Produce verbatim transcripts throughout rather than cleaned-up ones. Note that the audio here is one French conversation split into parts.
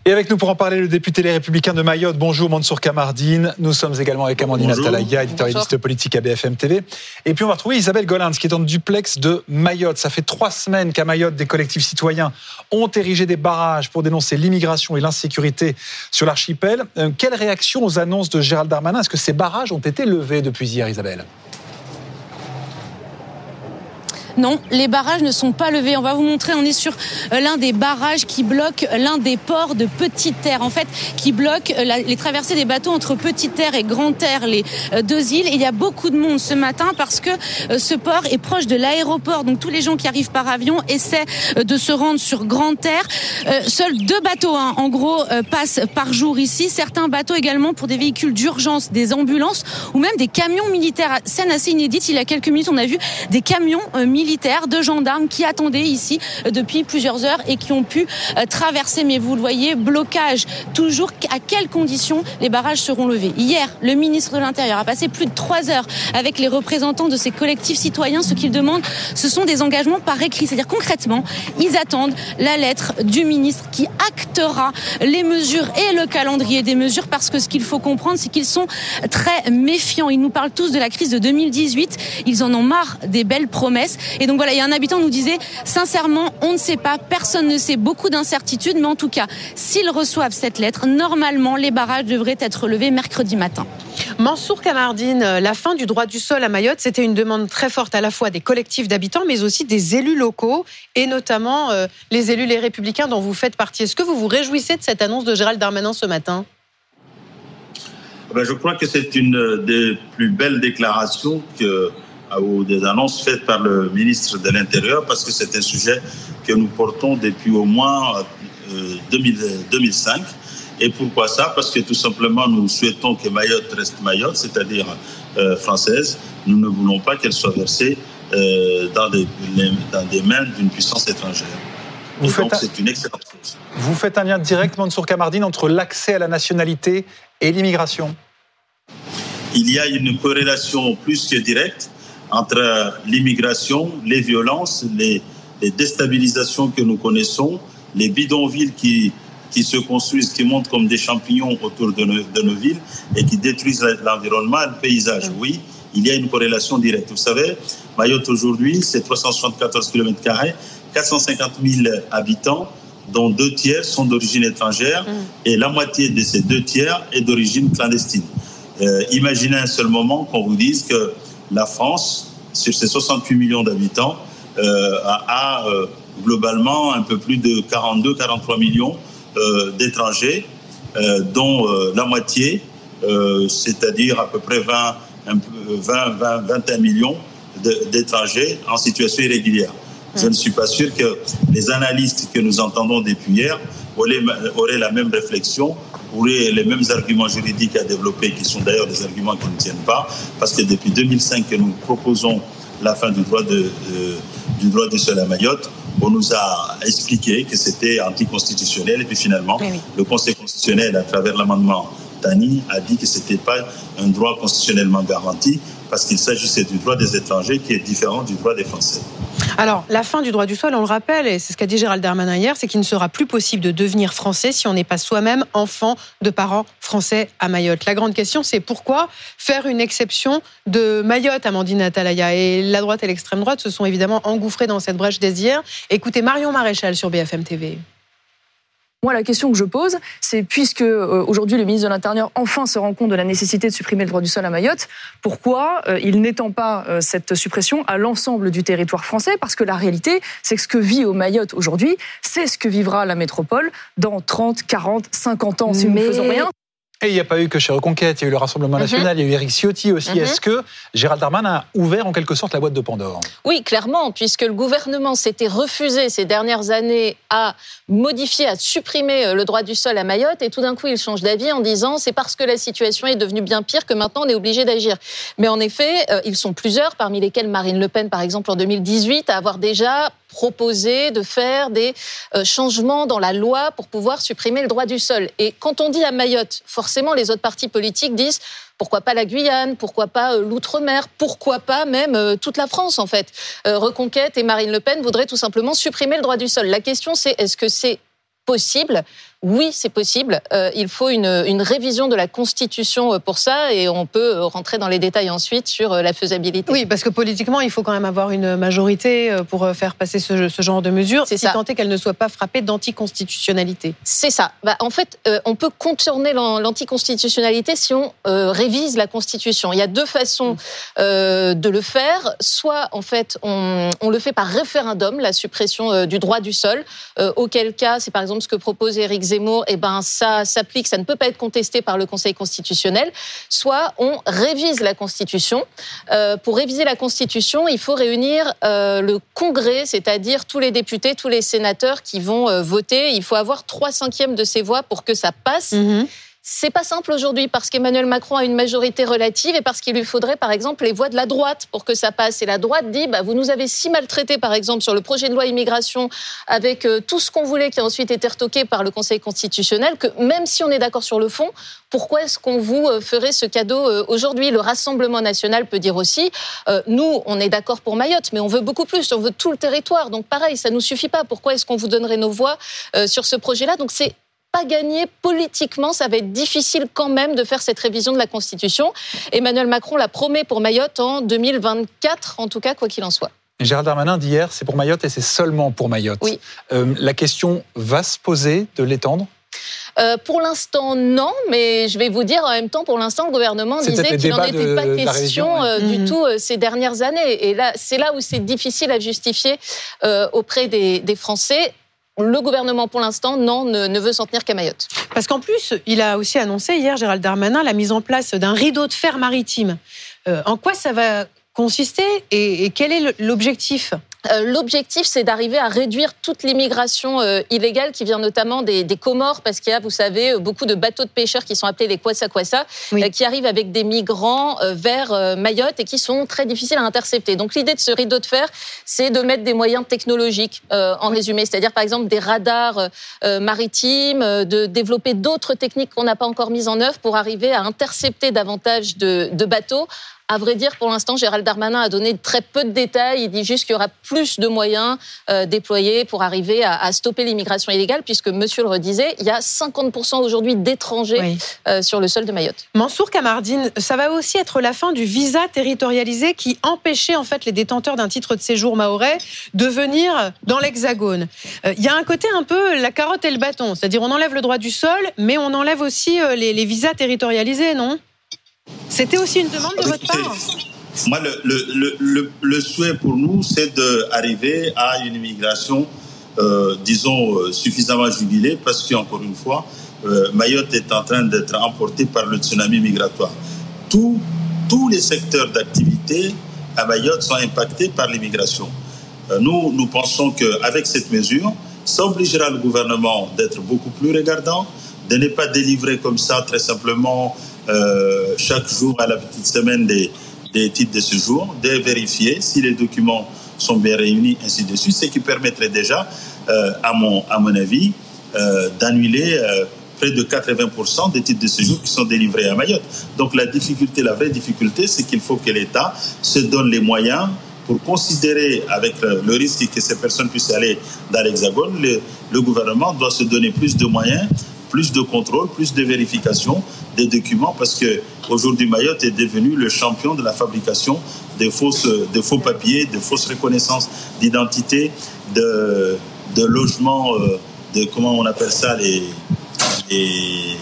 Et avec nous pour en parler, le député Les Républicains de Mayotte. Bonjour Mansour Kamardine. Nous sommes également avec Amandine Atalaya, éditorialiste politique à B F M T V. Et puis on va retrouver Isabelle Golins, qui est en duplex de Mayotte. Ça fait trois semaines qu'à Mayotte, des collectifs citoyens ont érigé des barrages pour dénoncer l'immigration et l'insécurité sur l'archipel. Euh, quelle réaction aux annonces de Gérald Darmanin ? Est-ce que ces barrages ont été levés depuis hier, Isabelle ? Non, les barrages ne sont pas levés. On va vous montrer, on est sur l'un des barrages qui bloque l'un des ports de Petite Terre, en fait, qui bloque la, les traversées des bateaux entre Petite Terre et Grande Terre, les deux îles. Et il y a beaucoup de monde ce matin parce que ce port est proche de l'aéroport. Donc tous les gens qui arrivent par avion essaient de se rendre sur Grande Terre. Euh, seuls deux bateaux, hein, en gros, euh, passent par jour ici. Certains bateaux également pour des véhicules d'urgence, des ambulances ou même des camions militaires. Scène assez inédite. Il y a quelques minutes, on a vu des camions euh, militaires militaires, de gendarmes qui attendaient ici depuis plusieurs heures et qui ont pu traverser. Mais vous le voyez, blocage. Toujours à quelles conditions les barrages seront levés ? Hier, le ministre de l'Intérieur a passé plus de trois heures avec les représentants de ces collectifs citoyens. Ce qu'ils demandent, ce sont des engagements par écrit. C'est-à-dire concrètement, ils attendent la lettre du ministre qui actera les mesures et le calendrier des mesures, parce que ce qu'il faut comprendre, c'est qu'ils sont très méfiants. Ils nous parlent tous de la crise de deux mille dix-huit. Ils en ont marre des belles promesses. Et donc voilà, il y a un habitant qui nous disait, sincèrement, on ne sait pas, personne ne sait, beaucoup d'incertitudes, mais en tout cas, s'ils reçoivent cette lettre, normalement, les barrages devraient être levés mercredi matin. Mansour Kamardine, la fin du droit du sol à Mayotte, c'était une demande très forte à la fois des collectifs d'habitants, mais aussi des élus locaux, et notamment euh, les élus Les Républicains dont vous faites partie. Est-ce que vous vous réjouissez de cette annonce de Gérald Darmanin ce matin ? Ben, je crois que c'est une des plus belles déclarations que... ou des annonces faites par le ministre de l'Intérieur, parce que c'est un sujet que nous portons depuis au moins euh, deux mille, deux mille cinq. Et pourquoi ça ? Parce que tout simplement, nous souhaitons que Mayotte reste Mayotte, c'est-à-dire euh, française. Nous ne voulons pas qu'elle soit versée euh, dans, des, dans des mains d'une puissance étrangère. Vous Et faites donc, un... c'est une excellente chose. Vous faites un lien direct, Mansour Kamardine, entre l'accès à la nationalité et l'immigration ? Il y a une corrélation plus que directe entre l'immigration, les violences, les, les déstabilisations que nous connaissons, les bidonvilles qui, qui se construisent, qui montent comme des champignons autour de nos, de nos villes et qui détruisent l'environnement et le paysage. Oui, il y a une corrélation directe. Vous savez, Mayotte aujourd'hui, c'est trois cent soixante-quatorze kilomètres carrés, quatre cent cinquante mille habitants, dont deux tiers sont d'origine étrangère, et la moitié de ces deux tiers est d'origine clandestine. Euh, imaginez un seul moment qu'on vous dise que la France, sur ses soixante-huit millions d'habitants, euh, a, a euh, globalement un peu plus de quarante-deux à quarante-trois millions euh, d'étrangers, euh, dont euh, la moitié, euh, c'est-à-dire à peu près vingt, vingt, vingt, vingt et un millions de, d'étrangers en situation irrégulière. Je ne suis pas sûr que les analystes que nous entendons depuis hier auraient, auraient la même réflexion, auraient les mêmes arguments juridiques à développer, qui sont d'ailleurs des arguments qui ne tiennent pas, parce que depuis deux mille cinq que nous proposons la fin du droit, de, de, du droit du sol à Mayotte, on nous a expliqué que c'était anticonstitutionnel, et puis finalement, oui, oui. le Conseil constitutionnel, à travers l'amendement Tani, a dit que ce n'était pas un droit constitutionnellement garanti, parce qu'il s'agissait du droit des étrangers qui est différent du droit des Français. Alors, la fin du droit du sol, on le rappelle, et c'est ce qu'a dit Gérald Darmanin hier, c'est qu'il ne sera plus possible de devenir français si on n'est pas soi-même enfant de parents français à Mayotte. La grande question, c'est pourquoi faire une exception de Mayotte, Amandine Atalaya ? Et la droite et l'extrême droite se sont évidemment engouffrés dans cette brèche dès hier. Écoutez Marion Maréchal sur B F M T V. Moi, la question que je pose, c'est puisque euh, aujourd'hui le ministre de l'Intérieur enfin se rend compte de la nécessité de supprimer le droit du sol à Mayotte, pourquoi euh, il n'étend pas euh, cette suppression à l'ensemble du territoire français ? Parce que la réalité, c'est que ce que vit au Mayotte aujourd'hui, c'est ce que vivra la métropole dans trente, quarante, cinquante ans si nous ne faisons rien. Et il n'y a pas eu que chez Reconquête, il y a eu le Rassemblement National, mm-hmm. il y a eu Éric Ciotti aussi. Mm-hmm. Est-ce que Gérald Darmanin a ouvert en quelque sorte la boîte de Pandore ? Oui, clairement, puisque le gouvernement s'était refusé ces dernières années à modifier, à supprimer le droit du sol à Mayotte, et tout d'un coup il change d'avis en disant c'est parce que la situation est devenue bien pire que maintenant on est obligé d'agir. Mais en effet, euh, ils sont plusieurs, parmi lesquels Marine Le Pen par exemple en deux mille dix-huit, à avoir déjà proposé de faire des euh, changements dans la loi pour pouvoir supprimer le droit du sol. Et quand on dit à Mayotte, forcément les autres partis politiques disent pourquoi pas la Guyane, pourquoi pas euh, l'Outre-mer, pourquoi pas même euh, toute la France en fait. Euh, Reconquête et Marine Le Pen voudraient tout simplement supprimer le droit du sol. La question c'est est-ce que c'est possible ? oui, c'est possible. Euh, il faut une, une révision de la Constitution pour ça et on peut rentrer dans les détails ensuite sur la faisabilité. Oui, parce que politiquement, il faut quand même avoir une majorité pour faire passer ce, ce genre de mesures, si tant est qu'elle ne soit pas frappée d'anticonstitutionnalité. C'est ça. Bah, en fait, euh, on peut contourner l'anticonstitutionnalité si on euh, révise la Constitution. Il y a deux façons euh, de le faire. Soit, en fait, on, on le fait par référendum, la suppression euh, du droit du sol, euh, auquel cas, c'est par exemple ce que propose Éric Zemmour, et ben ça s'applique, ça ne peut pas être contesté par le Conseil constitutionnel. Soit on révise la Constitution. Euh, pour réviser la Constitution, il faut réunir euh, le Congrès, c'est-à-dire tous les députés, tous les sénateurs qui vont euh, voter. Il faut avoir trois cinquièmes de ces voix pour que ça passe. Mmh. C'est pas simple aujourd'hui parce qu'Emmanuel Macron a une majorité relative et parce qu'il lui faudrait par exemple les voix de la droite pour que ça passe. Et la droite dit bah, vous nous avez si maltraités par exemple sur le projet de loi immigration avec euh, tout ce qu'on voulait qui a ensuite été retoqué par le Conseil constitutionnel que même si on est d'accord sur le fond, pourquoi est-ce qu'on vous euh, ferait ce cadeau euh, aujourd'hui? Le Rassemblement national peut dire aussi euh, nous on est d'accord pour Mayotte mais on veut beaucoup plus, on veut tout le territoire. Donc pareil, ça nous suffit pas. Pourquoi est-ce qu'on vous donnerait nos voix euh, sur ce projet-là? Donc c'est pas gagné politiquement, ça va être difficile quand même de faire cette révision de la Constitution. Emmanuel Macron la promet pour Mayotte en deux mille vingt-quatre, en tout cas, quoi qu'il en soit. Gérald Darmanin dit hier, c'est pour Mayotte et c'est seulement pour Mayotte. Oui. Euh, la question va se poser de l'étendre ? Euh, pour l'instant, non, mais je vais vous dire, en même temps, pour l'instant, le gouvernement c'est disait qu'il n'en était pas question révision, euh, ouais. du mmh. tout euh, ces dernières années. Et là, c'est là où c'est difficile à justifier euh, auprès des, des Français. Le gouvernement, pour l'instant, non, ne, ne veut s'en tenir qu'à Mayotte. Parce qu'en plus, il a aussi annoncé hier, Gérald Darmanin, la mise en place d'un rideau de fer maritime. Euh, en quoi ça va consister et, et quel est l'objectif ? Euh, l'objectif, c'est d'arriver à réduire toute l'immigration euh, illégale qui vient notamment des, des Comores, parce qu'il y a, vous savez, beaucoup de bateaux de pêcheurs qui sont appelés les kwassa-kwassa, oui. euh, qui arrivent avec des migrants euh, vers euh, Mayotte et qui sont très difficiles à intercepter. Donc l'idée de ce rideau de fer, c'est de mettre des moyens technologiques, euh, en résumé, c'est-à-dire par exemple des radars euh, maritimes, euh, de développer d'autres techniques qu'on n'a pas encore mises en œuvre pour arriver à intercepter davantage de, de bateaux. À vrai dire, pour l'instant, Gérald Darmanin a donné très peu de détails. Il dit juste qu'il y aura plus de moyens euh, déployés pour arriver à, à stopper l'immigration illégale, puisque, monsieur le redisait, il y a cinquante pour cent aujourd'hui d'étrangers oui. euh, sur le sol de Mayotte. Mansour Kamardine, ça va aussi être la fin du visa territorialisé qui empêchait en fait les détenteurs d'un titre de séjour mahorais de venir dans l'Hexagone. Euh, il y a un côté un peu la carotte et le bâton, c'est-à-dire on enlève le droit du sol, mais on enlève aussi euh, les, les visas territorialisés, non ? C'était aussi une demande de votre part ? Moi, le, le, le, le souhait pour nous, c'est d'arriver à une immigration, euh, disons, suffisamment jubilée, parce qu'encore une fois, euh, Mayotte est en train d'être emportée par le tsunami migratoire. Tout, tous les secteurs d'activité à Mayotte sont impactés par l'immigration. Euh, nous, nous pensons qu'avec cette mesure, ça obligera le gouvernement d'être beaucoup plus regardant, de ne pas délivrer comme ça, très simplement, Euh, chaque jour à la petite semaine des, des titres de séjour, de vérifier si les documents sont bien réunis, ainsi de suite, ce qui permettrait déjà, euh, à, mon, à mon avis, euh, d'annuler euh, près de quatre-vingts pour cent des titres de séjour qui sont délivrés à Mayotte. Donc la difficulté, la vraie difficulté, c'est qu'il faut que l'État se donne les moyens pour considérer, avec le, le risque que ces personnes puissent aller dans l'Hexagone, le, le gouvernement doit se donner plus de moyens, plus de contrôle, plus de vérification des documents, parce qu'aujourd'hui, Mayotte est devenu le champion de la fabrication de, fausses, de faux papiers, de fausses reconnaissances d'identité, de, de logements, de comment on appelle ça, les, les,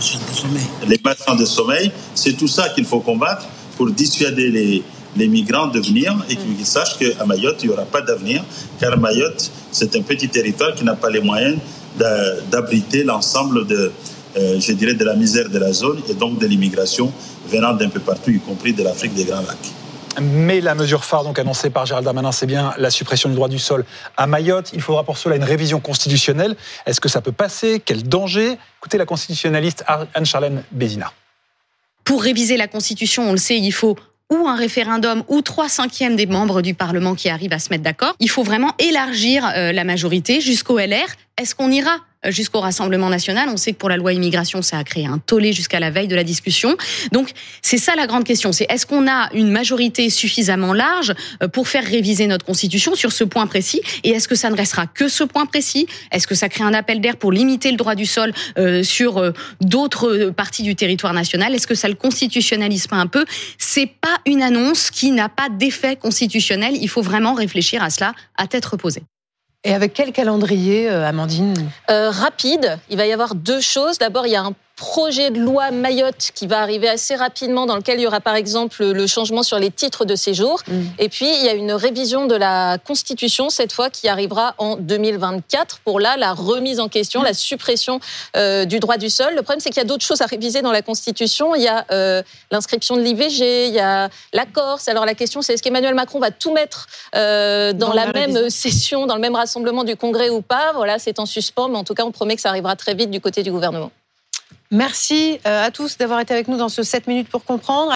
les marchands de sommeil. C'est tout ça qu'il faut combattre pour dissuader les, les migrants de venir et qu'ils sachent qu'à Mayotte, il n'y aura pas d'avenir, car Mayotte, c'est un petit territoire qui n'a pas les moyens d'abriter l'ensemble de, euh, je dirais, de la misère de la zone et donc de l'immigration venant d'un peu partout, y compris de l'Afrique des Grands Lacs. Mais la mesure phare donc annoncée par Gérald Darmanin, c'est bien la suppression du droit du sol à Mayotte. Il faudra pour cela une révision constitutionnelle. Est-ce que ça peut passer ? Quel danger ? Écoutez la constitutionnaliste Anne-Charlène Bézina. Pour réviser la Constitution, on le sait, il faut ou un référendum, ou trois cinquièmes des membres du Parlement qui arrivent à se mettre d'accord. Il faut vraiment élargir euh, la majorité jusqu'au L R. Est-ce qu'on ira jusqu'au Rassemblement national. On sait que pour la loi immigration, ça a créé un tollé jusqu'à la veille de la discussion. Donc, c'est ça la grande question. C'est est-ce qu'on a une majorité suffisamment large pour faire réviser notre Constitution sur ce point précis? Et est-ce que ça ne restera que ce point précis? Est-ce que ça crée un appel d'air pour limiter le droit du sol euh, sur euh, d'autres parties du territoire national? Est-ce que ça le constitutionnalise pas un peu? C'est pas une annonce qui n'a pas d'effet constitutionnel. Il faut vraiment réfléchir à cela à tête reposée. Et avec quel calendrier, Amandine ? euh, Rapide. Il va y avoir deux choses. D'abord, il y a un projet de loi Mayotte qui va arriver assez rapidement, dans lequel il y aura par exemple le changement sur les titres de séjour. Mmh. Et puis, il y a une révision de la Constitution, cette fois, qui arrivera en deux mille vingt-quatre, pour là, la remise en question, mmh. la suppression euh, du droit du sol. Le problème, c'est qu'il y a d'autres choses à réviser dans la Constitution. Il y a euh, l'inscription de l'I V G, il y a la Corse. Alors, la question, c'est est-ce qu'Emmanuel Macron va tout mettre euh, dans, dans la, la même révision. session, dans le même rassemblement du Congrès ou pas? Voilà, c'est en suspens, mais en tout cas, on promet que ça arrivera très vite du côté du gouvernement. Merci à tous d'avoir été avec nous dans ce sept minutes pour comprendre.